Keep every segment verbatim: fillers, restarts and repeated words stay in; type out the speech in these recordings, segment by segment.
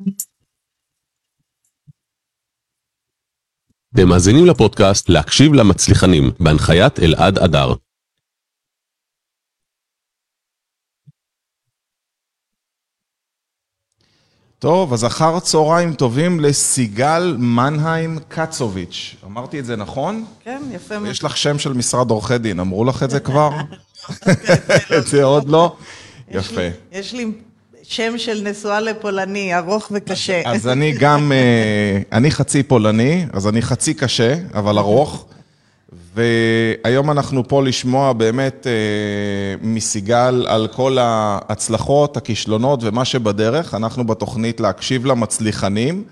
אתם מאזינים לפודקאסט להקשיב למצליחנים, בהנחיית אלעד אדר. טוב, אז אחר צהריים טובים לסיגל מנהיים קצוביץ'. אמרתי את זה נכון? כן, יפה מאוד. יש לך שם של משרד עורכי דין, אמרו לך את זה כבר? את זה עוד לא? יפה. יש לי שם של נשואה לפולני, ארוך וקשה. אז אני גם, אני חצי פולני, אז אני חצי קשה, אבל ארוך. והיום אנחנו פה לשמוע באמת מסיגל על כל ההצלחות, הכישלונות ומה שבדרך. אנחנו בתוכנית להקשיב למצליחנים,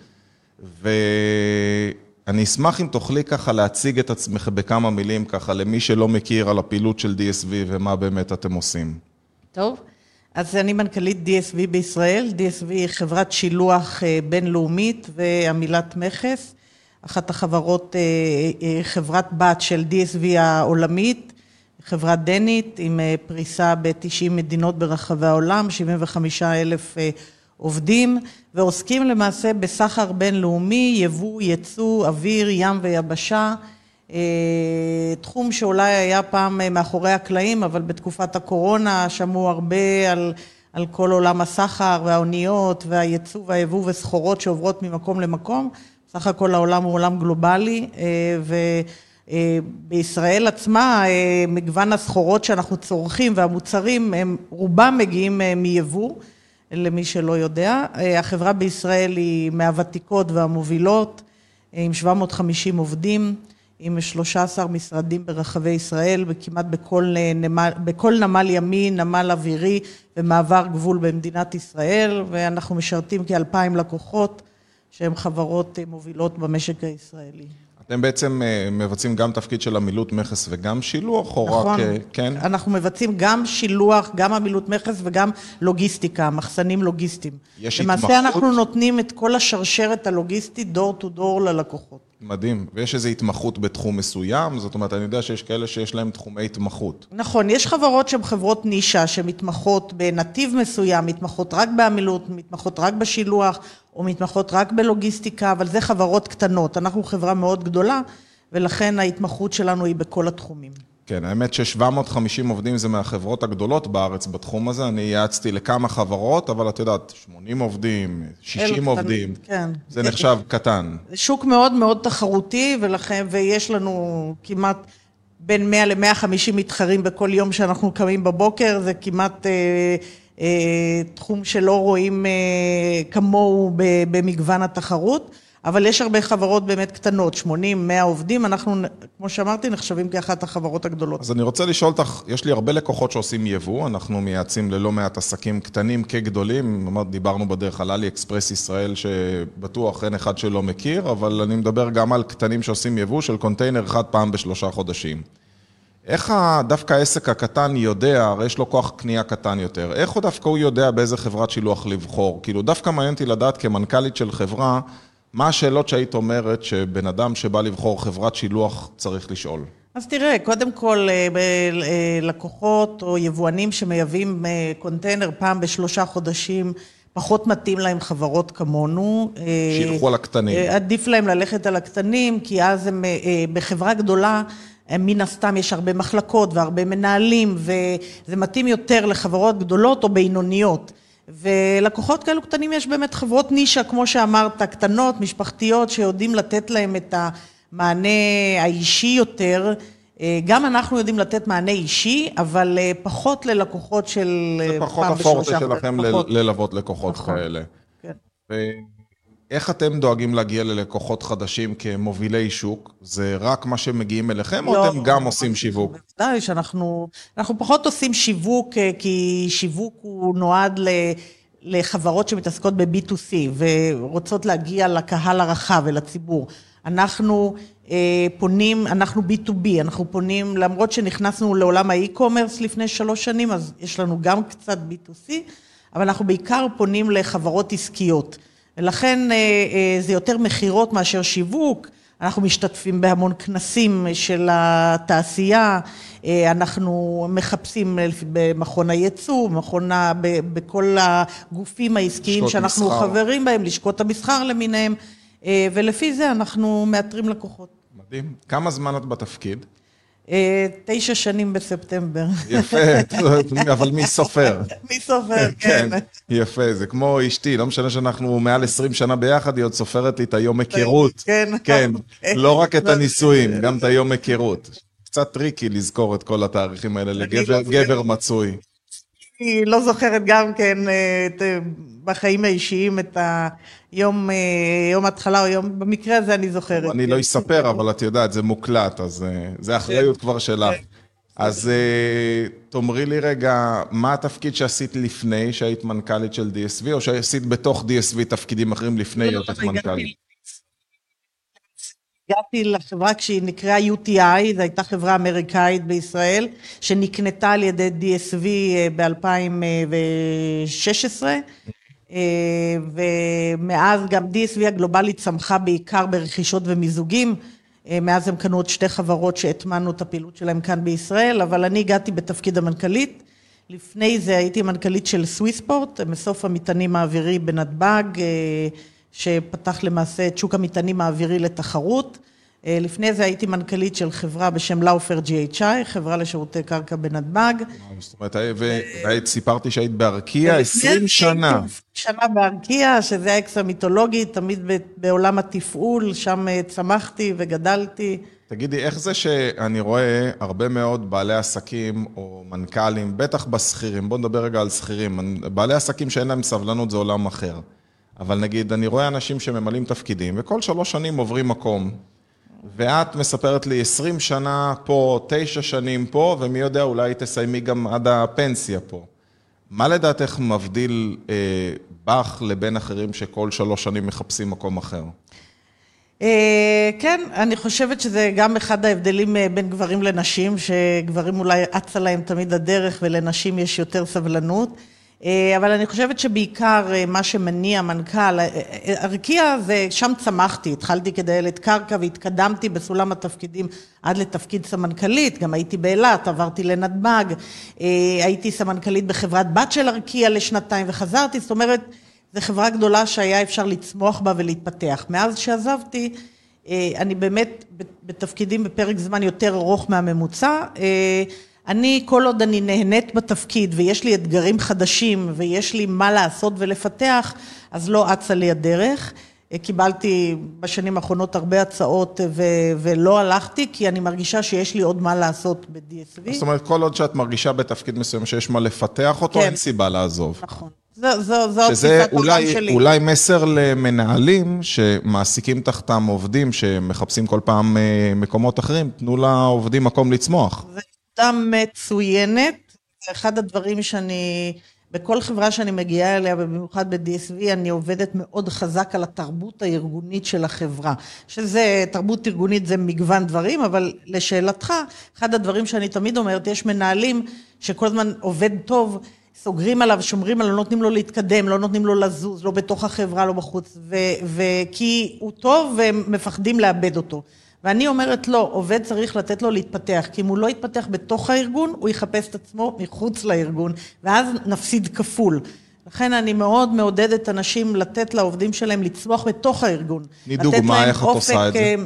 ואני אשמח אם תוכלי ככה להציג את עצמך בכמה מילים ככה למי שלא מכיר על הפעילות של די אס וי ומה באמת אתם עושים. טוב, אז אני מנכ"לית די אס וי בישראל. די אס וי היא חברת שילוח בינלאומית ועמילת מכס. אחת החברות, חברת בת של די אס וי העולמית, חברה דנית עם פריסה ב-תשעים מדינות ברחבי העולם, שבעים וחמישה אלף עובדים, ועוסקים למעשה בסחר בינלאומי, יבוא, ייצוא, אוויר, ים ויבשה, תחום שאולי היה פעם מאחורי הקלעים, אבל בתקופת הקורונה שמעו הרבה על, על כל עולם הסחר והאוניות והייצוא והיבוא וסחורות שעוברות ממקום למקום. סך הכל העולם הוא עולם גלובלי, ובישראל עצמה מגוון הסחורות שאנחנו צורכים והמוצרים, הם רובם מגיעים מיבוא, למי שלא יודע. החברה בישראל היא מהוותיקות והמובילות, עם שבע מאות וחמישים עובדים, עם שלושה עשר משרדים ברחבי ישראל, וכמעט בכל נמל, בכל נמל ימי, נמל אווירי ומעבר גבול במדינת ישראל, ואנחנו משרתים כאלפיים לקוחות, שהן חברות מובילות במשק הישראלי. אתם בעצם מבצעים גם תפקיד של עמילות מכס וגם שילוח, או נכון, רק, כן? אנחנו מבצעים גם שילוח, גם עמילות מכס וגם לוגיסטיקה, מחסנים לוגיסטיים. יש למעשה התמחות? אנחנו נותנים את כל השרשרת הלוגיסטית דור טו דור ללקוחות. מדהים. ויש איזו התמחות בתחום מסוים, זאת אומרת, אני יודע שיש כאלה שיש להם תחומי התמחות. נכון, יש חברות שהן חברות נישה, שמתמחות בנתיב מסוים, מתמחות רק בעמילות, מתמחות רק בשילוח, או מתמחות רק בלוגיסטיקה, אבל זה חברות קטנות. אנחנו חברה מאוד גדולה, ולכן ההתמחות שלנו היא בכל התחומים. כן, האמת ש-שבע מאות וחמישים עובדים זה מהחברות הגדולות בארץ בתחום הזה. אני יעצתי לכמה חברות, אבל את יודעת, שמונים עובדים, שישים עובדים, כן. זה נחשב קטן. זה שוק מאוד מאוד תחרותי, ולכן, ויש לנו כמעט בין מאה ל-מאה וחמישים מתחרים בכל יום שאנחנו קמים בבוקר, זה כמעט אה, אה, תחום שלא רואים אה, כמוהו במגוון התחרות, אבל יש הרבה חברות באמת קטנות, שמונים, מאה עובדים, אנחנו, כמו שאמרתי, נחשבים כאחת החברות הגדולות. אז אני רוצה לשאול אותך, יש לי הרבה לקוחות שעושים יבוא, אנחנו מייעצים ללא מעט עסקים קטנים כגדולים, דיברנו בדרך על אלי אקספרס ישראל, שבטוח אין אחד שלא מכיר, אבל אני מדבר גם על קטנים שעושים יבוא של קונטיינר אחד פעם בשלושה חודשים. איך דווקא העסק הקטן יודע, הרי יש לו כוח קנייה קטן יותר, איך הוא דווקא הוא יודע באיזה חברת שילוח לבחור? כאילו דווקא מעניין אותי לדעת כמנכ"לית של חברה, מה השאלות שהיית אומרת שבן אדם שבא לבחור חברת שילוח צריך לשאול? אז תראה, קודם כל לקוחות או יבואנים שמייבאים קונטיינר פעם בשלושה חודשים, פחות מתאים להם חברות כמונו. שילכו על הקטנים. עדיף להם ללכת על הקטנים, כי אז הם בחברה גדולה, מן הסתם יש הרבה מחלקות והרבה מנהלים, וזה מתאים יותר לחברות גדולות או בינוניות. ולקוחות כאלו קטנים יש באמת חברות נישה, כמו שאמרת, קטנות, משפחתיות, שיודעים לתת להם את המענה האישי יותר. גם אנחנו יודעים לתת מענה אישי, אבל פחות ללקוחות של זה פחות הפורטה שלכם ללוות לקוחות כאלה. איך אתם דואגים להגיע ללקוחות חדשים כמובילי שוק? זה רק מה שמגיעים אליכם, או אתם גם עושים שיווק? בוודאי שאנחנו, אנחנו פחות עושים שיווק, כי שיווק הוא נועד לחברות שמתעסקות ב-בי טו סי, ורוצות להגיע לקהל הרחב ולציבור. אנחנו פונים, אנחנו בי טו בי, אנחנו פונים, למרות שנכנסנו לעולם האי-קומרס לפני שלוש שנים, אז יש לנו גם קצת בי טו סי, אבל אנחנו בעיקר פונים לחברות עסקיות. ולכן זה יותר מחירות מאשר שיווק. אנחנו משתתפים בהמון כנסים של התעשייה, אנחנו מחפשים במכון הייצוא, במכון, בכל הגופים העסקיים שאנחנו מסחר. חברים בהם, לשכות המסחר למיניהם, ולפי זה אנחנו מאתרים לקוחות. מדהים. כמה זמן את בתפקיד? תשע שנים בספטמבר. יפה, אבל מי סופר? מי סופר, כן. יפה, זה כמו אשתי, לא משנה שאנחנו מעל עשרים שנה ביחד, היא עוד סופרת לי את היום היכרות. כן. כן, לא רק את הניסויים, גם את היום היכרות. קצת טריקי לזכור את כל התאריכים האלה לגבר מצוי. אני לא זוכרת גם כן בחיים האישיים את היום, יום התחלה או יום, במקרה הזה אני זוכרת. אני לא אספר, אבל את יודעת, זה מוקלט, אז זה אחריות כבר שלך. אז תאמרי לי רגע, מה התפקיד שעשית לפני שהיית מנכ"לית של די אס וי, או שעשית בתוך די אס וי תפקידים אחרים לפני להיות מנכ"לית? הגעתי לחברה כשהיא נקראה יו טי איי, זו הייתה חברה אמריקאית בישראל, שנקנתה על ידי די אס וי ב-אלפיים ושש עשרה, ומאז גם די אס וי הגלובלית צמחה בעיקר ברכישות ומיזוגים, מאז הם קנו עוד שתי חברות שהטמנו את הפעילות שלהם כאן בישראל, אבל אני הגעתי בתפקיד המנכ"לית, לפני זה הייתי מנכ"לית של סוויספורט, מסוף המטענים האווירי בנתב"ג, שפתח למעשה את שוק המטענים האווירי לתחרות. לפני זה הייתי מנכ"לית של חברה בשם לאופר ג'י אייץ' איי, חברה לשירותי קרקע בנתב"ג. זאת אומרת, וסיפרתי שהיית בארקיע עשרים שנה. שנה בארקיע, שזה האקס המיתולוגי, תמיד בעולם התפעול, שם צמחתי וגדלתי. תגידי, איך זה שאני רואה הרבה מאוד בעלי עסקים או מנכ"לים, בטח בסחירים, בואו נדבר רגע על סחירים, בעלי עסקים שאין להם סבלנות זה עולם אחר. אבל נגיד, אני רואה אנשים שממלאים תפקידים, וכל שלוש שנים עוברים מקום, ואת מספרת לי עשרים שנה פה, תשע שנים פה, ומי יודע, אולי תסיימי גם עד הפנסיה פה. מה לדעתך מבדיל אה, בך לבין אחרים שכל שלוש שנים מחפשים מקום אחר? אה, כן, אני חושבת שזה גם אחד ההבדלים בין גברים לנשים, שגברים אולי אצה להם תמיד הדרך, ולנשים יש יותר סבלנות. אבל אני חושבת שבעיקר מה שמניע מנכ"ל, ארקיע זה, שם צמחתי, התחלתי כדיילת קרקע והתקדמתי בסולם התפקידים עד לתפקיד סמנכ"לית, גם הייתי באילת, עברתי לנתב"ג, הייתי סמנכ"לית בחברת בת של ארקיע לשנתיים וחזרתי, זאת אומרת, זו חברה גדולה שהיה אפשר לצמוח בה ולהתפתח. מאז שעזבתי, אני באמת בתפקידים בפרק זמן יותר ארוך מהממוצע, אני, כל עוד אני נהנית בתפקיד ויש לי אתגרים חדשים ויש לי מה לעשות ולפתח, אז לא אצה לי הדרך. קיבלתי בשנים האחרונות הרבה הצעות ו- ולא הלכתי, כי אני מרגישה שיש לי עוד מה לעשות ב-די אס וי. זאת אומרת, כל עוד שאת מרגישה בתפקיד מסוים שיש מה לפתח אותו, כן. אין סיבה לעזוב. נכון. זו, זו, זו שזה אולי, אולי מסר למנהלים שמעסיקים תחתם עובדים שמחפשים כל פעם מקומות אחרים, תנו לעובדים מקום לצמוח. זה מצוינת, זה אחד הדברים שאני, בכל חברה שאני מגיעה אליה, במיוחד ב-די אס וי, אני עובדת מאוד חזק על התרבות הארגונית של החברה, שזה, תרבות ארגונית זה מגוון דברים, אבל לשאלתך, אחד הדברים שאני תמיד אומרת, יש מנהלים שכל הזמן עובד טוב, סוגרים עליו, שומרים עליו, לא נותנים לו להתקדם, לא נותנים לו לזוז, לא בתוך החברה, לא בחוץ, וכי הוא טוב והם מפחדים לאבד אותו. ואני אומרת לא, עובד צריך לתת לו להתפתח, כי אם הוא לא יתפתח בתוך הארגון, הוא יחפש את עצמו מחוץ לארגון, ואז נפסיד כפול. לכן אני מאוד מעודדת אנשים לתת לעובדים שלהם לצמוח בתוך הארגון. מדוגמה, איך את עושה את זה?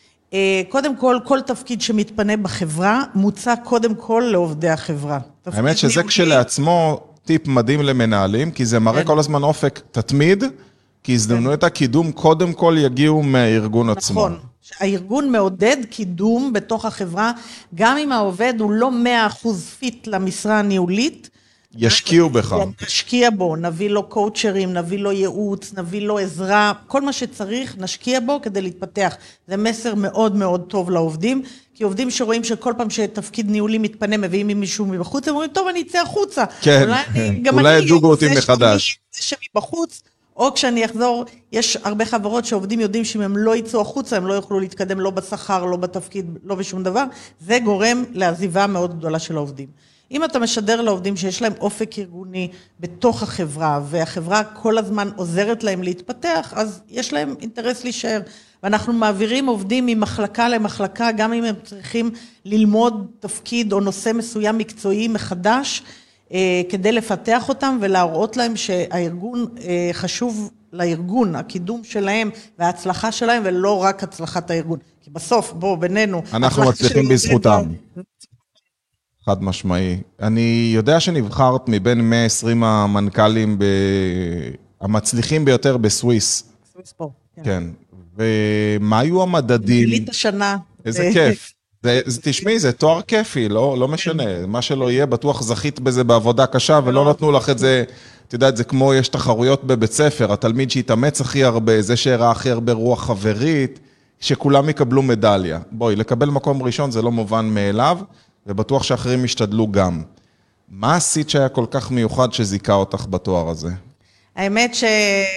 קודם כל, כל תפקיד שמתפנה בחברה, מוצע קודם כל לעובדי החברה. האמת שזה כשלעצמו טיפ מדהים למנהלים, כי זה מראה כל הזמן אופק תתמיד, כי הזדמנויות הקידום קודם כל יגיעו מהארגון עצמו. נכון. הארגון מעודד קידום בתוך החברה, גם אם העובד הוא לא מאה אחוז פיט למשרה הניהולית, ישקיעו בך. נשקיע בו, נביא לו קואוצ'רים, נביא לו ייעוץ, נביא לו עזרה, כל מה שצריך נשקיע בו כדי להתפתח. זה מסר מאוד מאוד טוב לעובדים, כי עובדים שרואים שכל פעם שתפקיד ניהולי מתפנה, מביאים מישהו מבחוץ, הם אומרים, טוב, אני אצא החוצה. כן, אולי ידוגו אותי מחדש. זה שמבחוץ, או כשאני אחזור, יש הרבה חברות שעובדים יודעים שאם הם לא יצאו החוצה, הם לא יוכלו להתקדם לא בשכר, לא בתפקיד, לא בשום דבר. זה גורם לעזיבה מאוד גדולה של העובדים. אם אתה משדר לעובדים שיש להם אופק ארגוני בתוך החברה, והחברה כל הזמן עוזרת להם להתפתח, אז יש להם אינטרס להישאר. ואנחנו מעבירים עובדים ממחלקה למחלקה, גם אם הם צריכים ללמוד תפקיד או נושא מסוים מקצועי מחדש, כדי לפתח אותם ולהראות להם שהארגון חשוב לארגון, הקידום שלהם וההצלחה שלהם, ולא רק הצלחת הארגון. כי בסוף, בוא, בינינו... אנחנו מצליחים בזכותם. חד משמעי. אני יודע שנבחרת מבין מאה ועשרים המנכ"לים המצליחים ביותר בסוויס. סוויס פה, כן. כן. ומה היו המדדים? גילית השנה. איזה כיף. זה, זה, תשמעי, זה תואר כיפי, לא, לא משנה. מה שלא יהיה, בטוח זכית בזה בעבודה קשה, ולא נתנו לך את זה, אתה יודע, זה כמו יש תחרויות בבית ספר, התלמיד שהתאמץ הכי הרבה, זה שהראה הכי הרבה רוח חברית, שכולם יקבלו מדליה. בואי, לקבל מקום ראשון זה לא מובן מאליו, ובטוח שאחרים ישתדלו גם. מה עשית שהיה כל כך מיוחד שזיקה אותך בתואר הזה? האמת ש...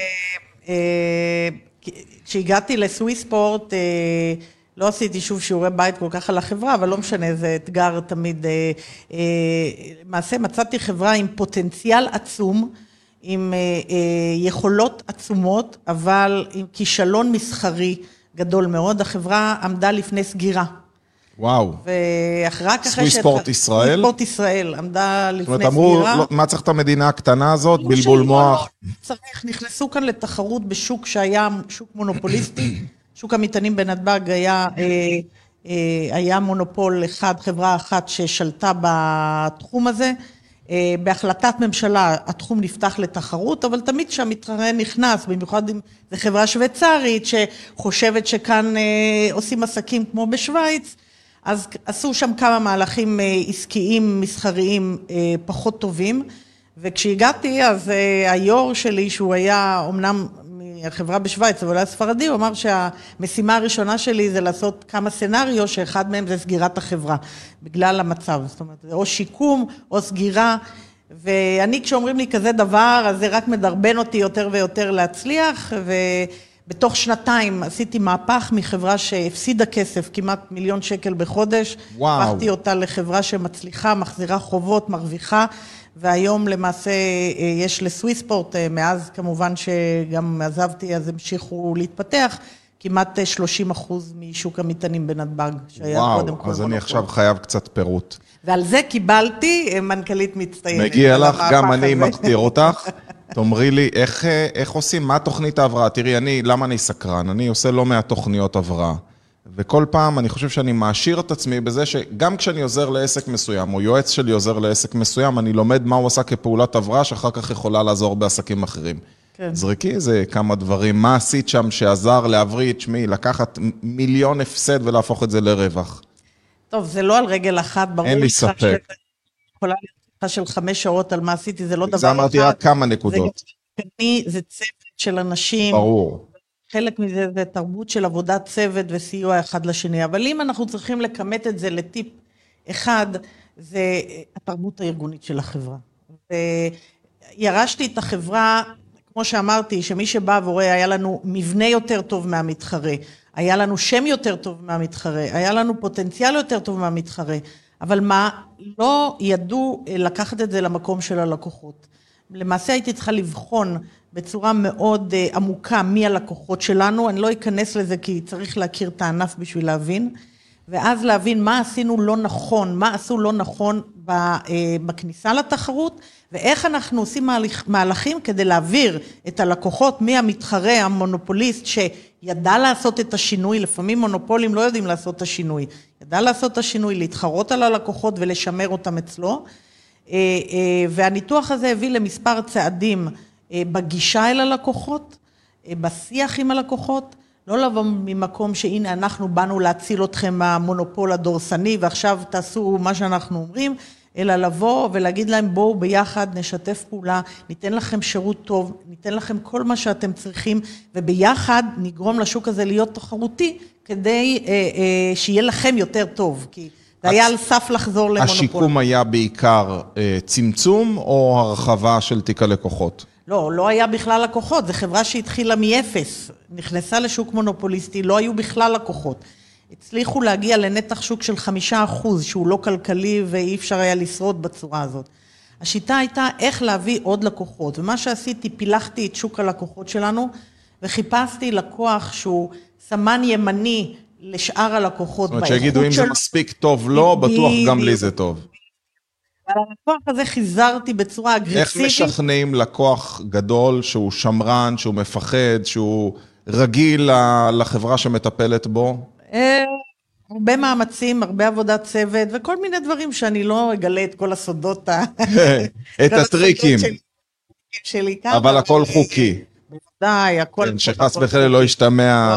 כשהגעתי לסוויספורט, לא עשיתי שוב שיעורי בית כל כך על החברה, אבל לא משנה, זה אתגר תמיד. למעשה מצאתי חברה עם פוטנציאל עצום, עם יכולות עצומות, אבל עם כישלון מסחרי גדול מאוד. החברה עמדה לפני סגירה. וואו. ורק אחרי ש... סוויספורט ישראל? סוויספורט ישראל עמדה לפני סגירה. זאת אומרת, אמרו, מה צריך את המדינה הקטנה הזאת? בלבול מוח? צריך, נכנסו כאן לתחרות בשוק שהיה שוק מונופוליסטי. שוק המטענים בנתב"ג היה, היה מונופול אחד, חברה אחת ששלטה בתחום הזה. בהחלטת ממשלה התחום נפתח לתחרות, אבל תמיד שהמתחרה נכנס, במיוחד אם זו חברה שוויצרית שחושבת שכאן עושים עסקים כמו בשוויץ, אז עשו שם כמה מהלכים עסקיים, מסחריים פחות טובים, וכשהגעתי אז היו"ר שלי שהוא היה אומנם החברה בשוויץ, אבל היה ספרדי, הוא אמר שהמשימה הראשונה שלי זה לעשות כמה סנריו, שאחד מהם זה סגירת החברה, בגלל המצב. זאת אומרת, זה או שיקום, או סגירה, ואני כשאומרים לי כזה דבר, אז זה רק מדרבן אותי יותר ויותר להצליח, ובתוך שנתיים עשיתי מהפך מחברה שהפסידה כסף, כמעט מיליון שקל בחודש, הפכתי אותה לחברה שמצליחה, מחזירה חובות, מרוויחה, והיום למעשה יש לסוויספורט, מאז כמובן שגם עזבתי, אז המשיכו להתפתח, כמעט שלושים אחוז משוק המטענים בנתב"ג, שהיה קודם כל וואו, אז אני עכשיו חייב קצת פירוט. ועל זה קיבלתי מנכ"לית מצטיינת. מגיע לך, גם אני מכתיר אותך. תאמרי לי, איך, איך עושים, מה תוכנית ההבראה? תראי, אני, למה אני סקרן? אני עושה לא מהתוכניות הבראה. וכל פעם אני חושב שאני מעשיר את עצמי בזה שגם כשאני עוזר לעסק מסוים, או יועץ שלי עוזר לעסק מסוים, אני לומד מה הוא עשה כפעולת הבראה, שאחר כך יכולה לעזור בעסקים אחרים. כן. זריקי איזה כמה דברים, מה עשית שם שעזר להבריא, תשמעי, לקחת מיליון הפסד ולהפוך את זה לרווח. טוב, זה לא על רגל אחת, ברור. אין לי ספק. יכולה להיות של חמש שעות על מה עשיתי, זה לא דבר אחד. זה אמרתי רק כמה נקודות. זה, זה צוות של אנשים. ברור. חלק מזה זה תרבות של עבודת צוות וסיוע אחד לשני, אבל אם אנחנו צריכים לקמת את זה לטיפ אחד, זה התרבות הארגונית של החברה. וירשתי את החברה, כמו שאמרתי, שמי שבא ורואה, היה לנו מבנה יותר טוב מהמתחרה, היה לנו שם יותר טוב מהמתחרה, היה לנו פוטנציאל יותר טוב מהמתחרה, אבל מה, לא ידעו לקחת את זה למקום של הלקוחות. למעשה הייתי צריכה לבחון בצורה מאוד עמוקה מי הלקוחות שלנו, אני לא אכנס לזה כי צריך להכיר את הענף בשביל להבין, ואז להבין מה עשינו לא נכון, מה עשו לא נכון בכניסה לתחרות, ואיך אנחנו עושים מהלכים כדי להעביר את הלקוחות מהמתחרה המונופוליסט שידע לעשות את השינוי, לפעמים מונופולים לא יודעים לעשות את השינוי, ידע לעשות את השינוי, להתחרות על הלקוחות ולשמר אותם אצלו, והניתוח הזה הביא למספר צעדים בגישה אל הלקוחות, בשיח עם הלקוחות, לא לבוא ממקום שהנה אנחנו באנו להציל אתכם מהמונופול הדורסני ועכשיו תעשו מה שאנחנו אומרים, אלא לבוא ולהגיד להם בואו ביחד נשתף פעולה, ניתן לכם שירות טוב, ניתן לכם כל מה שאתם צריכים וביחד נגרום לשוק הזה להיות תחרותי כדי אה, אה, שיהיה לכם יותר טוב, כי זה היה על סף לחזור למונופול. השיקום היה בעיקר אה, צמצום או הרחבה של תיק הלקוחות? לא, לא היה בכלל לקוחות, זו חברה שהתחילה מאפס, נכנסה לשוק מונופוליסטי, לא היו בכלל לקוחות. הצליחו להגיע לנתח שוק של חמישה אחוז, שהוא לא כלכלי ואי אפשר היה לשרוד בצורה הזאת. השיטה הייתה איך להביא עוד לקוחות, ומה שעשיתי, פילחתי את שוק הלקוחות שלנו, וחיפשתי לקוח שהוא סמן ימני לשאר הלקוחות. זאת אומרת, שיגידו אם זה מספיק טוב לא, בטוח גם לי זה טוב. על הלקוח הזה חיזרתי בצורה אגרסיבית. איך משכנעים לקוח גדול שהוא שמרן, שהוא מפחד, שהוא רגיל לחברה שמטפלת בו? הרבה מאמצים, הרבה עבודת צוות, וכל מיני דברים שאני לא אגלה את כל הסודות. את הטריקים. שלי. אבל הכל חוקי. בוודאי, הכל... שחס וחלילה לא ישתמע...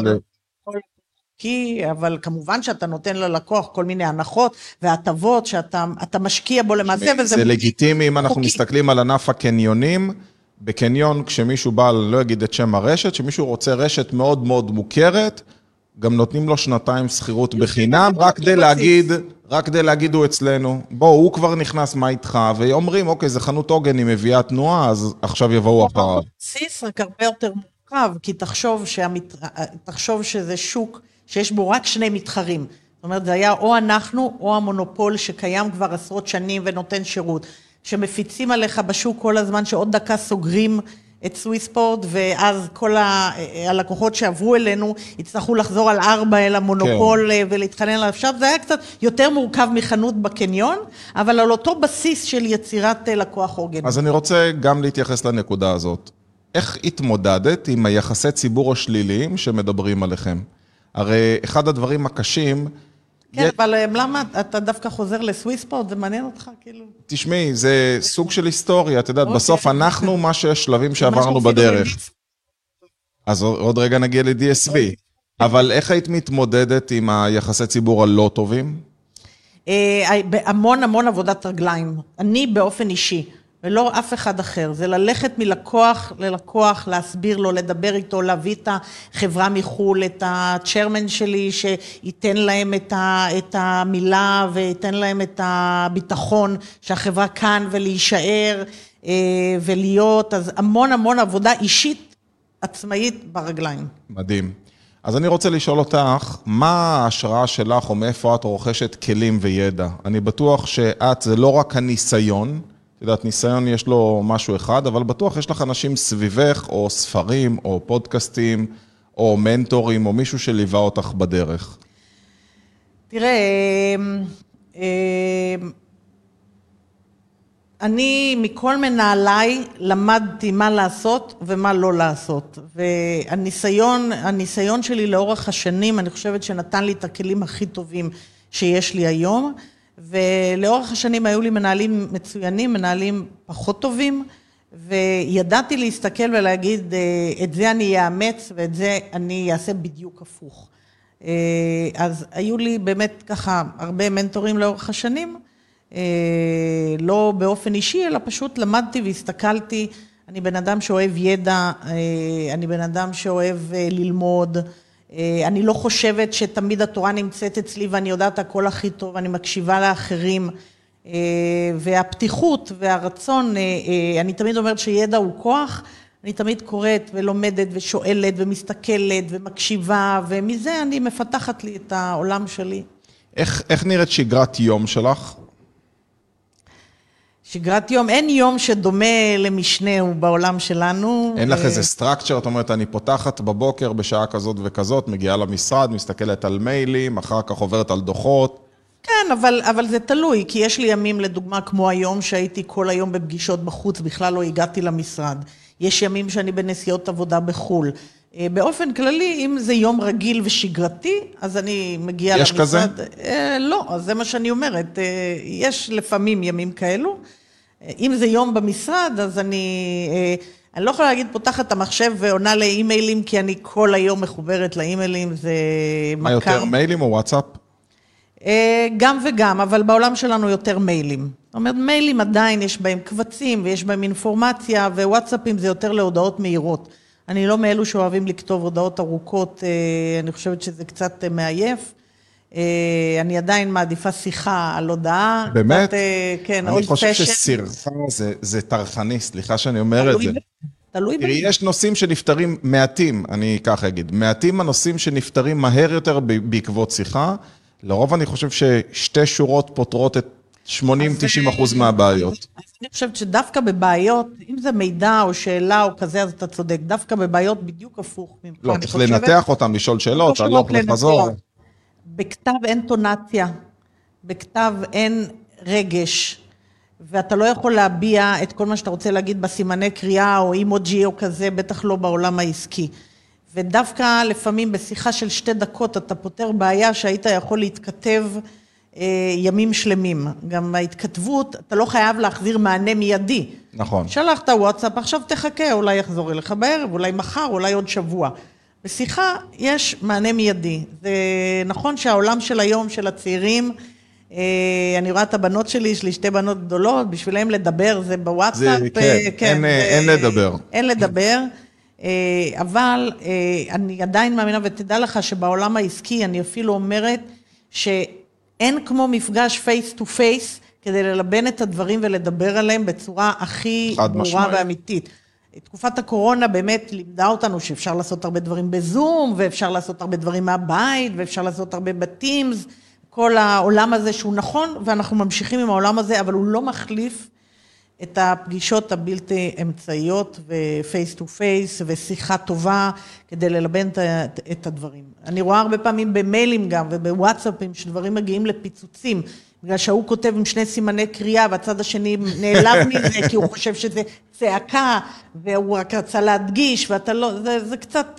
כי, אבל כמובן שאתה נותן ללקוח כל מיני הנחות והטבות שאתה משקיע בו למעשה, וזה... זה לגיטימי, אם אנחנו מסתכלים על ענף הקניונים, בקניון כשמישהו בא, לא אגיד את שם הרשת, שמישהו רוצה רשת מאוד מאוד מוכרת, גם נותנים לו שנתיים שכירות בחינם, רק כדי להגיד, רק כדי להגיד הוא אצלנו, בוא, הוא כבר נכנס מה איתך, ואומרים, אוקיי, זה חנות עוגן, היא מביאה תנועה, אז עכשיו יבואו אחריו. סיס רק הרבה יותר מורכב, כי תחשוב, שהמת... תחשוב שזה שוק שיש בו רק שני מתחרים. זאת אומרת, זה היה או אנחנו, או המונופול שקיים כבר עשרות שנים ונותן שירות, שמפיצים עליך בשוק כל הזמן, שעוד דקה סוגרים את סוויספורט, ואז כל ה... הלקוחות שעברו אלינו, יצטרכו לחזור על ארבע אל המונופול, כן. ולהתחנן עליו. עכשיו זה היה קצת יותר מורכב מחנות בקניון, אבל על אותו בסיס של יצירת לקוח עוגן. אז אני רוצה גם להתייחס לנקודה הזאת. איך התמודדת עם היחסי ציבור השליליים שמדברים עליכם? הרי אחד הדברים הקשים... כן, אבל למה אתה דווקא חוזר לסוויספורט? זה מעניין אותך, כאילו... תשמעי, זה סוג של היסטוריה, את יודעת, בסוף אנחנו, מה שיש שלבים שעברנו בדרך. אז עוד רגע נגיע ל-די אס וי. אבל איך היית מתמודדת עם היחסי ציבור הלא טובים? המון המון עבודת רגליים. אני באופן אישי. ולא אף אחד אחר, זה ללכת מלקוח ללקוח, להסביר לו, לדבר איתו, להביא את החברה מחול, את הצ'רמן שלי, שייתן להם את, ה, את המילה, וייתן להם את הביטחון, שהחברה כאן ולהישאר ולהיות, אז המון המון עבודה אישית, עצמאית ברגליים. מדהים. אז אני רוצה לשאול אותך, מה ההשראה שלך, או מאיפה את רוכשת כלים וידע? אני בטוח שאת, זה לא רק הניסיון, את יודעת, ניסיון יש לו משהו אחד, אבל בטוח יש לך אנשים סביבך, או ספרים, או פודקאסטים, או מנטורים, או מישהו שליווה אותך בדרך. תראה, אני מכל מנהליי למדתי מה לעשות ומה לא לעשות. והניסיון, הניסיון שלי לאורך השנים, אני חושבת שנתן לי את הכלים הכי טובים שיש לי היום, ולאורך השנים היו לי מנהלים מצוינים, מנהלים פחות טובים, וידעתי להסתכל ולהגיד, את זה אני אאמץ ואת זה אני אעשה בדיוק הפוך. אז היו לי באמת ככה הרבה מנטורים לאורך השנים, לא באופן אישי, אלא פשוט למדתי והסתכלתי, אני בן אדם שאוהב ידע, אני בן אדם שאוהב ללמוד, אני לא חושבת שתמיד התורה נמצאת אצלי ואני יודעת הכל הכי טוב, אני מקשיבה לאחרים, והפתיחות והרצון, אני תמיד אומרת שידע הוא כוח, אני תמיד קוראת ולומדת ושואלת ומסתכלת ומקשיבה, ומזה אני מפתחת לי את העולם שלי. איך, איך נראית שגרת יום שלך? שגרת יום, אין יום שדומה למשנהו בעולם שלנו. אין לך איזה סטרקצ'ר, את אומרת, אני פותחת בבוקר בשעה כזאת וכזאת, מגיעה למשרד, מסתכלת על מיילים, אחר כך עוברת על דוחות. כן, אבל, אבל זה תלוי, כי יש לי ימים לדוגמה כמו היום שהייתי כל היום בפגישות בחוץ, בכלל לא הגעתי למשרד. יש ימים שאני בנסיעות עבודה בחול. באופן כללי, אם זה יום רגיל ושגרתי, אז אני מגיעה למשרד. יש כזה? לא, אז זה מה שאני אומרת. יש לפעמים ימים כאלו. אם זה יום במשרד, אז אני, אני לא יכולה להגיד, פותחת את המחשב ועונה לאימיילים, כי אני כל היום מחוברת לאימיילים, זה מכה. מה יותר, מיילים או וואטסאפ? גם וגם, אבל בעולם שלנו יותר מיילים. זאת אומרת, מיילים עדיין יש בהם קבצים ויש בהם אינפורמציה, ווואטסאפים זה יותר להודעות מהירות. אני לא מאלו שאוהבים לכתוב הודעות ארוכות, אני חושבת שזה קצת מעייף. אני עדיין מעדיפה שיחה על הודעה. באמת? קצת, כן, אני חושב ששיחה זה, זה תרחני, סליחה שאני אומר את זה. תלוי תראי, יש נושאים שנפטרים מעטים, אני ככה אגיד, מעטים הנושאים שנפטרים מהר יותר בעקבות שיחה. לרוב אני חושב ששתי שורות פותרות את שמונים תשעים אחוז מהבעיות. אני חושבת שדווקא בבעיות, אם זה מידע או שאלה או כזה, אז אתה צודק, דווקא בבעיות בדיוק הפוך. לא, צריך לנתח אותם, לשאול שאלות, הלוך לחזור. בכתב אין טונציה, בכתב אין רגש, ואתה לא יכול להביע את כל מה שאתה רוצה להגיד בסימני קריאה או אימוג'י או כזה, בטח לא בעולם העסקי. ודווקא לפעמים בשיחה של שתי דקות אתה פותר בעיה שהיית יכול להתכתב ימים שלמים. גם ההתכתבות, אתה לא חייב להחזיר מענה מיידי. נכון. שלחת וואטסאפ, עכשיו תחכה, אולי יחזור אליך בערב, אולי מחר, אולי עוד שבוע. בשיחה יש מענה מיידי. זה נכון שהעולם של היום, של הצעירים, אני רואה את הבנות שלי, יש לי שתי בנות גדולות, בשבילהם לדבר זה בוואטסאפ. זה, כן, כן, אין, זה, אין לדבר. אין לדבר, אבל אני עדיין מאמינה, ותדע לך שבעולם העסקי, אני אפילו אומרת שאין כמו מפגש פייס טו פייס, כדי ללבן את הדברים ולדבר עליהם בצורה הכי ברורה ואמיתית. תקופת הקורונה באמת לימדה אותנו שאפשר לעשות הרבה דברים בזום, ואפשר לעשות הרבה דברים מהבית, ואפשר לעשות הרבה בטימס, כל העולם הזה שהוא נכון, ואנחנו ממשיכים עם העולם הזה, אבל הוא לא מחליף את הפגישות הבלתי אמצעיות, ופייס טו פייס, ושיחה טובה, כדי ללבן את הדברים. אני רואה הרבה פעמים במיילים גם, ובוואטסאפים, שדברים מגיעים לפיצוצים, בגלל שהוא כותב עם שני סימני קריאה, והצד השני נעלב מזה, כי הוא חושב שזה צעקה, והוא רק רצה להדגיש, ואתה לא, זה, זה קצת...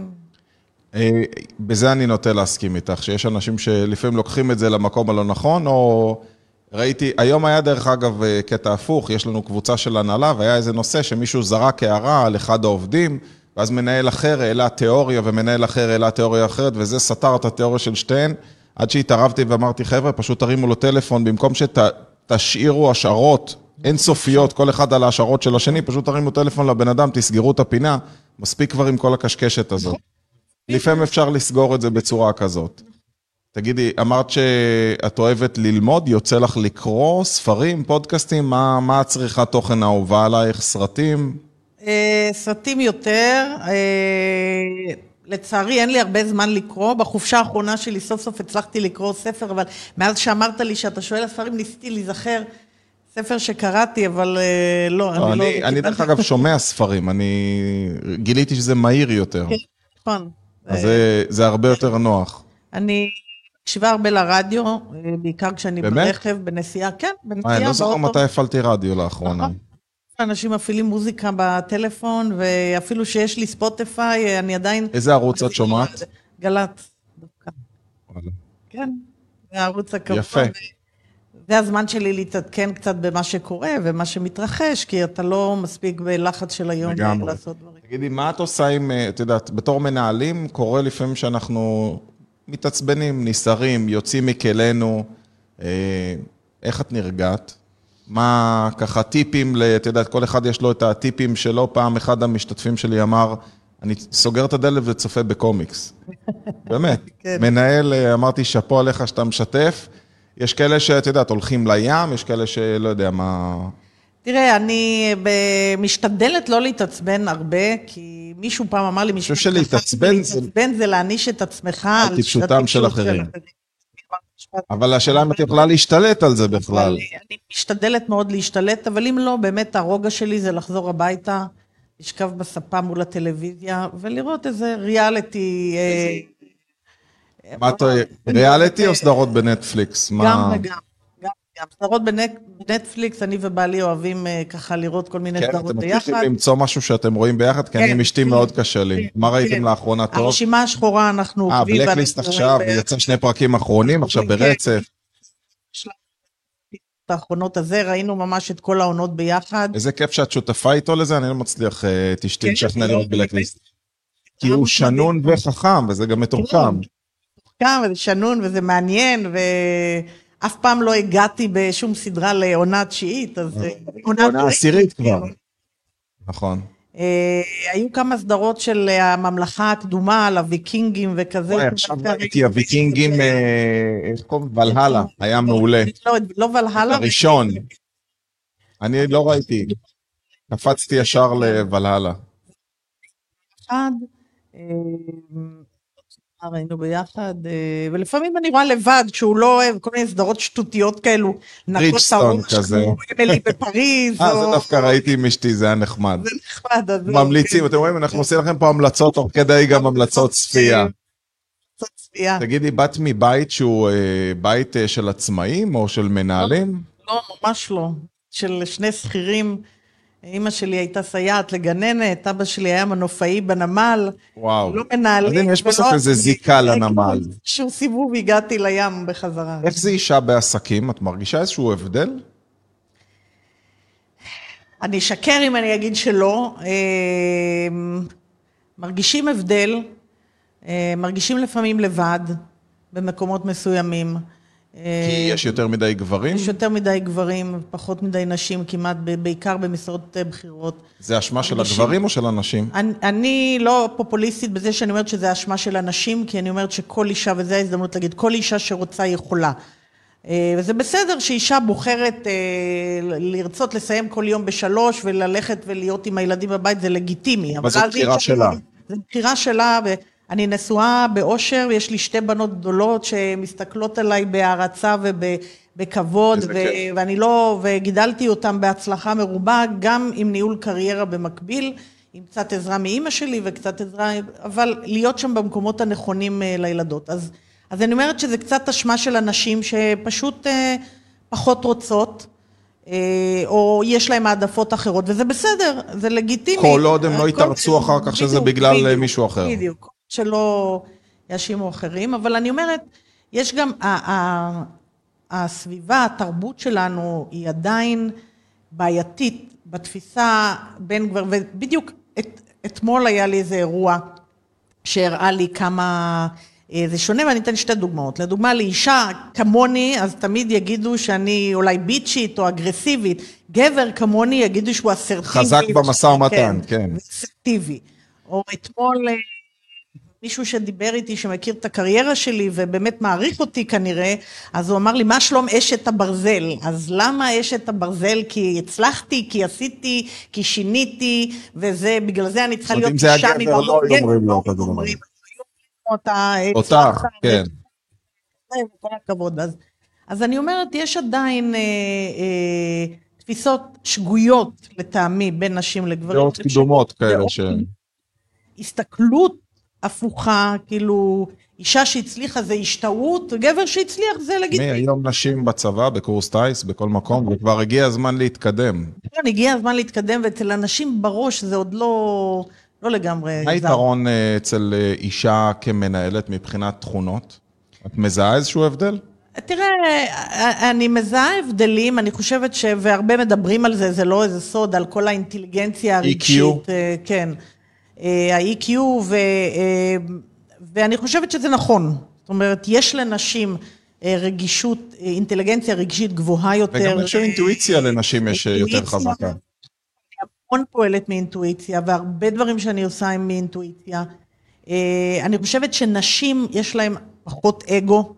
בזה אני נוטה להסכים איתך, שיש אנשים שלפעמים לוקחים את זה למקום הלא נכון, או ראיתי, היום היה דרך אגב קטע הפוך, יש לנו קבוצה של הנהלה, והיה איזה נושא שמישהו זרק הערה על אחד העובדים, ואז מנהל אחר העלה תיאוריה, ומנהל אחר העלה תיאוריה אחרת, וזה סתר את התיאוריה של שתיהן, עד שהתערבתי ואמרתי, חבר'ה, פשוט תרימו לו טלפון, במקום שתשאירו השערות אינסופיות, כל אחד על ההשערות של השני, פשוט תרימו טלפון לבן אדם, תסגרו את הפינה, מספיק כבר עם כל הקשקשת הזאת. לפעמים אפשר לסגור את זה בצורה כזאת. תגידי, אמרת שאת אוהבת ללמוד, יוצא לך לקרוא ספרים, פודקאסטים, מה, מה הצריכה תוכן האהובה עלייך, סרטים? סרטים יותר, לצערי אין לי הרבה זמן לקרוא, בחופשה האחרונה שלי סוף סוף הצלחתי לקרוא ספר, אבל מאז שאמרת לי שאתה שואל הספרים, ניסיתי להיזכר ספר שקראתי, אבל לא, אני לא... אני דרך אגב שומע ספרים, אני גיליתי שזה מהיר יותר. כן, נכון. אז זה, זה הרבה יותר נוח. אני מקשיבה הרבה לרדיו, בעיקר כשאני ברכב, בנסיעה, כן, בנסיעה. אני לא זוכר מתי הפעלתי רדיו לאחרונה. אנשים מפעילים מוזיקה בטלפון, ואפילו שיש לי ספוטיפיי, אני עדיין... איזה ערוץ את שומעת? גל"צ. כן, זה הערוץ הקבוע. יפה. זה הזמן שלי להתעדכן קצת במה שקורה ומה שמתרחש, כי אתה לא מספיק בלחץ של היום לעשות דברים. תגידי, מה את עושה עם, את יודעת, בתור מנהלים, קורה לפעמים שאנחנו מתעצבנים, ניסרים, יוצאים מכלנו, איך את נרגעת? מה ככה טיפים, את יודעת, כל אחד יש לו את הטיפים שלו, פעם אחד המשתתפים שלי אמר, אני סוגר את הדלת וצופה בקומיקס. באמת, מנהל, אמרתי, שפו עליך שאתה משתף, יש כאלה שאת יודעת, הולכים לים, יש כאלה שלא יודע מה... תראה, אני משתדלת לא להתעצבן הרבה, כי מישהו פעם אמר לי... אני חושב שלהתעצבן זה... להתעצבן זה להעניש את עצמך... על טיפשותם של אחרים. אבל השאלה אם את יכולה להשתלט על זה בכלל. אני משתדלת מאוד להשתלט, אבל אם לא, באמת הרוגע שלי זה לחזור הביתה, לשכב בספה מול הטלוויזיה, ולראות איזה ריאליטי... מה אתה... ריאליטי או סדרות בנטפליקס? גם וגם. גם סדרות בנטפליקס, אני ובעלי אוהבים ככה לראות כל מיני סדרות ביחד. כן, אתם מצליחים למצוא משהו שאתם רואים ביחד, כי אני עם אשתי מאוד קשה לי. מה ראיתם לאחרונה טוב? הרשימה השחורה אנחנו עוקבים. אה, בלקליסט עכשיו, יצא שני פרקים אחרונים, עכשיו ברצף. האחרונות הזה, ראינו ממש את כל העונות ביחד. איזה כיף שאת שותפה איתו לזה, אני לא מצליח תשתי לשכנע לראות בלקליסט. כי הוא שנון וחכם, וזה גם מתוחכם. מתוחכם, וזה שנון, וזה מעניין, ואף פעם לא הגעתי בשום סדרה לעונה תשיעית, אז... עונה עשירית כבר. נכון. היו כמה סדרות של הממלכה הקדומה, על הוויקינגים וכזה. וואי, עכשיו ראיתי, הוויקינגים, איך קוראים? ולהלה, היה מעולה. לא ולהלה. הראשון. אני לא ראיתי. קפצתי ישר לוולהלה. אחד, היינו ביחד, ולפעמים אני רואה לבד שהוא לא אוהב כל מיני סדרות שטותיות כאלו, ריצ'סטון כזה. אמילי בפריז. אה, זה דווקא ראיתי עם אשתי, זה היה נחמד. זה נחמד. ממליצים, אתם רואים, אנחנו עושים לכם פה המלצות, תוך כדי גם המלצות צפייה. תגידי, בת מבית שהוא בית של עצמאים או של מנהלים? לא, ממש לא. של שני שכירים. אמא שלי הייתה סייעת לגננת, אבא שלי היה מנופאי בנמל. וואו. לא מנהלים. אז הנה, יש בסוף איזה זיקה לנמל. שום סיבוב הגעתי לים בחזרה. איך זה אישה בעסקים? את מרגישה איזשהו הבדל? אני אשקר אם אני אגיד שלא. מרגישים הבדל, מרגישים לפעמים לבד במקומות מסוימים. כי יש יותר מדי גברים? יש יותר מדי גברים, פחות מדי נשים, כמעט בעיקר במשרות בחירות. זה אשמה של הגברים או של הנשים? אני, אני לא פופוליסטית בזה שאני אומרת שזה אשמה של הנשים, כי אני אומרת שכל אישה, וזו ההזדמנות להגיד, כל אישה שרוצה יכולה. וזה בסדר שאישה בוחרת לרצות לסיים כל יום בשלוש, וללכת ולהיות עם הילדים בבית, זה לגיטימי. אבל זו בחירה שלה. זו בחירה שלה, ואני נשואה באושר, ויש לי שתי בנות גדולות שמסתכלות עליי בהערצה ובכבוד, ו- ואני לא, וגידלתי אותם בהצלחה מרובה, גם עם ניהול קריירה במקביל, עם קצת עזרה מאמא שלי וקצת עזרה, אבל להיות שם במקומות הנכונים לילדות. אז, אז אני אומרת שזה קצת אשמה של אנשים שפשוט אה, פחות רוצות, או יש להם העדפות אחרות, וזה בסדר, זה לגיטימי. כל עוד הם לא יתרצו אחר כך שזה בגלל מישהו אחר. בדיוק, שלא יאשימו אחרים, אבל אני אומרת, יש גם, הסביבה, התרבות שלנו היא עדיין בעייתית בתפיסה בין גבר, ובדיוק אתמול היה לי איזה אירוע שהראה לי כמה... זה שונה, ואני אתן שתי דוגמאות. לדוגמה, לאישה כמוני, אז תמיד יגידו שאני אולי ביצ'ית או אגרסיבית. גבר כמוני יגידו שהוא אסרטיבי. חזק במשא ומתן, כן. אסרטיבי. או אתמול מישהו שדיבר איתי, שמכיר את הקריירה שלי, ובאמת מעריך אותי כנראה, אז הוא אמר לי, מה שלום אשת הברזל? אז למה אשת הברזל? כי הצלחתי, כי עשיתי, כי שיניתי, וזה, בגלל זה אני צריכה להיות אישה מבחור. אם זה הגבר, לא אומרים לו כזה דבר. אותה, אותך, כן. כל הכבוד. אז, אז אני אומרת, יש עדיין אה, אה, תפיסות שגויות לטעמי בין נשים לגברים. דעות קידומות כאלה ש... הסתכלות הפוכה, כאילו, אישה שהצליחה זה השתאות, גבר שהצליח זה לגיטימי. היום נשים בצבא, בקורס טייס, בכל מקום, וכבר הגיע הזמן להתקדם. כן, הגיע הזמן להתקדם, ואצל אנשים בראש זה עוד לא... לא לגמרי. מה היתרון אצל אישה כמנהלת מבחינת תכונות? את מזהה איזשהו הבדל? תראה, אני מזהה הבדלים, אני חושבת ש... והרבה מדברים על זה, זה לא איזה סוד, על כל האינטליגנציה הרגשית. אי קיו? כן. ה-אי קיו, ו... ואני חושבת שזה נכון. זאת אומרת, יש לנשים רגישות, אינטליגנציה רגשית גבוהה יותר. וגם יש אינטואיציה לנשים יש יותר חזקה. המון פועלת מאינטואיציה, והרבה דברים שאני עושה הם מאינטואיציה. אני חושבת שנשים יש להם פחות אגו,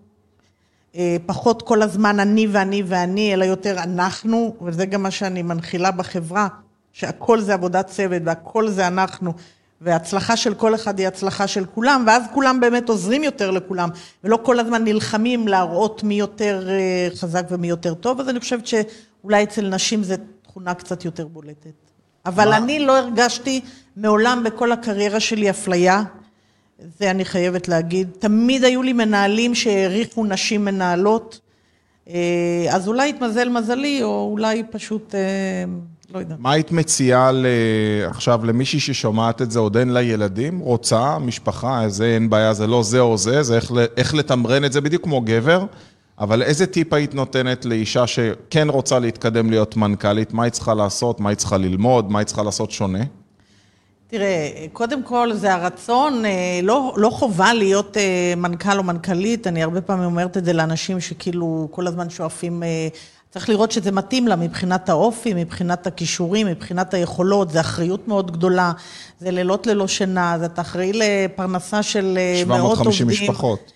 פחות כל הזמן אני ואני ואני, אלא יותר אנחנו, וזה גם מה שאני מנחילה בחברה, שהכל זה עבודת צוות, והכל זה אנחנו, וההצלחה של כל אחד היא הצלחה של כולם, ואז כולם באמת עוזרים יותר לכולם, ולא כל הזמן נלחמים להראות מי יותר חזק ומי יותר טוב, אז אני חושבת שאולי אצל נשים זה תכונה קצת יותר בולטת. אבל אני לא הרגשתי מעולם בכל הקריירה שלי אפליה, זה אני חייבת להגיד. תמיד היו לי מנהלים שהעריכו נשים מנהלות, אז אולי התמזל מזלי, או אולי פשוט, לא יודע. מה היית מציעה עכשיו למישהי ששומעת את זה, עוד אין לה ילדים, רוצה, משפחה, זה אין בעיה, זה לא זה או זה, זה איך, איך לתמרן את זה בדיוק כמו גבר, אבל איזה טיפ היית נותנת לאישה שכן רוצה להתקדם להיות מנכ"לית? מה היא צריכה לעשות? מה היא צריכה ללמוד? מה היא צריכה לעשות שונה? תראה, קודם כל זה הרצון, לא, לא חובה להיות מנכ"ל או מנכ"לית, אני הרבה פעמים אומרת את זה לאנשים שכאילו כל הזמן שואפים, צריך לראות שזה מתאים לה מבחינת האופי, מבחינת הכישורים, מבחינת היכולות, זה אחריות מאוד גדולה, זה לילות ללא שינה, זה אחראי לפרנסה של מאות עובדים. שבע מאות וחמישים משפחות.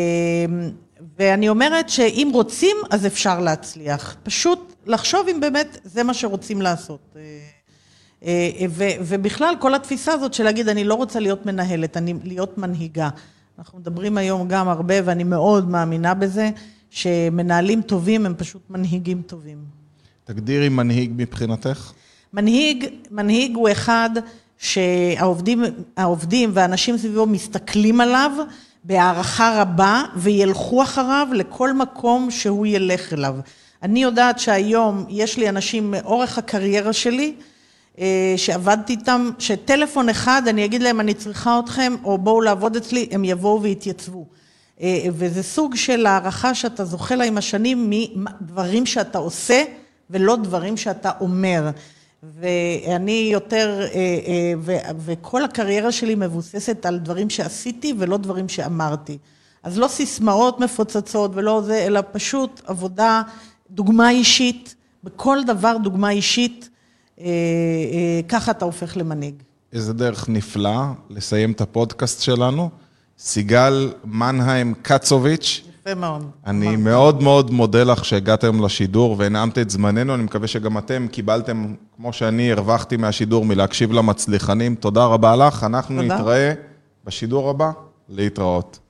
ואני אומרת שאם רוצים, אז אפשר להצליח. פשוט לחשוב אם באמת זה מה שרוצים לעשות. ובכלל, כל התפיסה הזאת של להגיד, אני לא רוצה להיות מנהלת, אני להיות מנהיגה. אנחנו מדברים היום גם הרבה, ואני מאוד מאמינה בזה, שמנהלים טובים הם פשוט מנהיגים טובים. תגדירי מנהיג מבחינתך? מנהיג, מנהיג הוא אחד שהעובדים, העובדים והאנשים סביבו מסתכלים עליו בהערכה רבה, וילכו אחריו לכל מקום שהוא ילך אליו. אני יודעת שהיום יש לי אנשים מאורך הקריירה שלי, שעבדתי איתם, שטלפון אחד, אני אגיד להם, אני צריכה אתכם, או בואו לעבוד אצלי, הם יבואו ויתייצבו. וזה סוג של הערכה שאתה זוכה לה עם השנים, מדברים שאתה עושה, ולא דברים שאתה אומר. ואני יותר, וכל הקריירה שלי מבוססת על דברים שעשיתי, ולא דברים שאמרתי. אז לא סיסמאות מפוצצות, ולא זה, אלא פשוט עבודה, דוגמה אישית, בכל דבר דוגמה אישית, ככה אתה הופך למנהיג. איזה דרך נפלא לסיים את הפודקאסט שלנו. סיגל מנהיים קצוביץ'. יפה מאוד. אני מאוד מאוד מודה לך שהגעתם לשידור והנעמת את זמננו. אני מקווה שגם אתם קיבלתם, כמו שאני הרווחתי מהשידור, מלהקשיב למצליחנים. תודה רבה לך. אנחנו נתראה בשידור הבא. להתראות.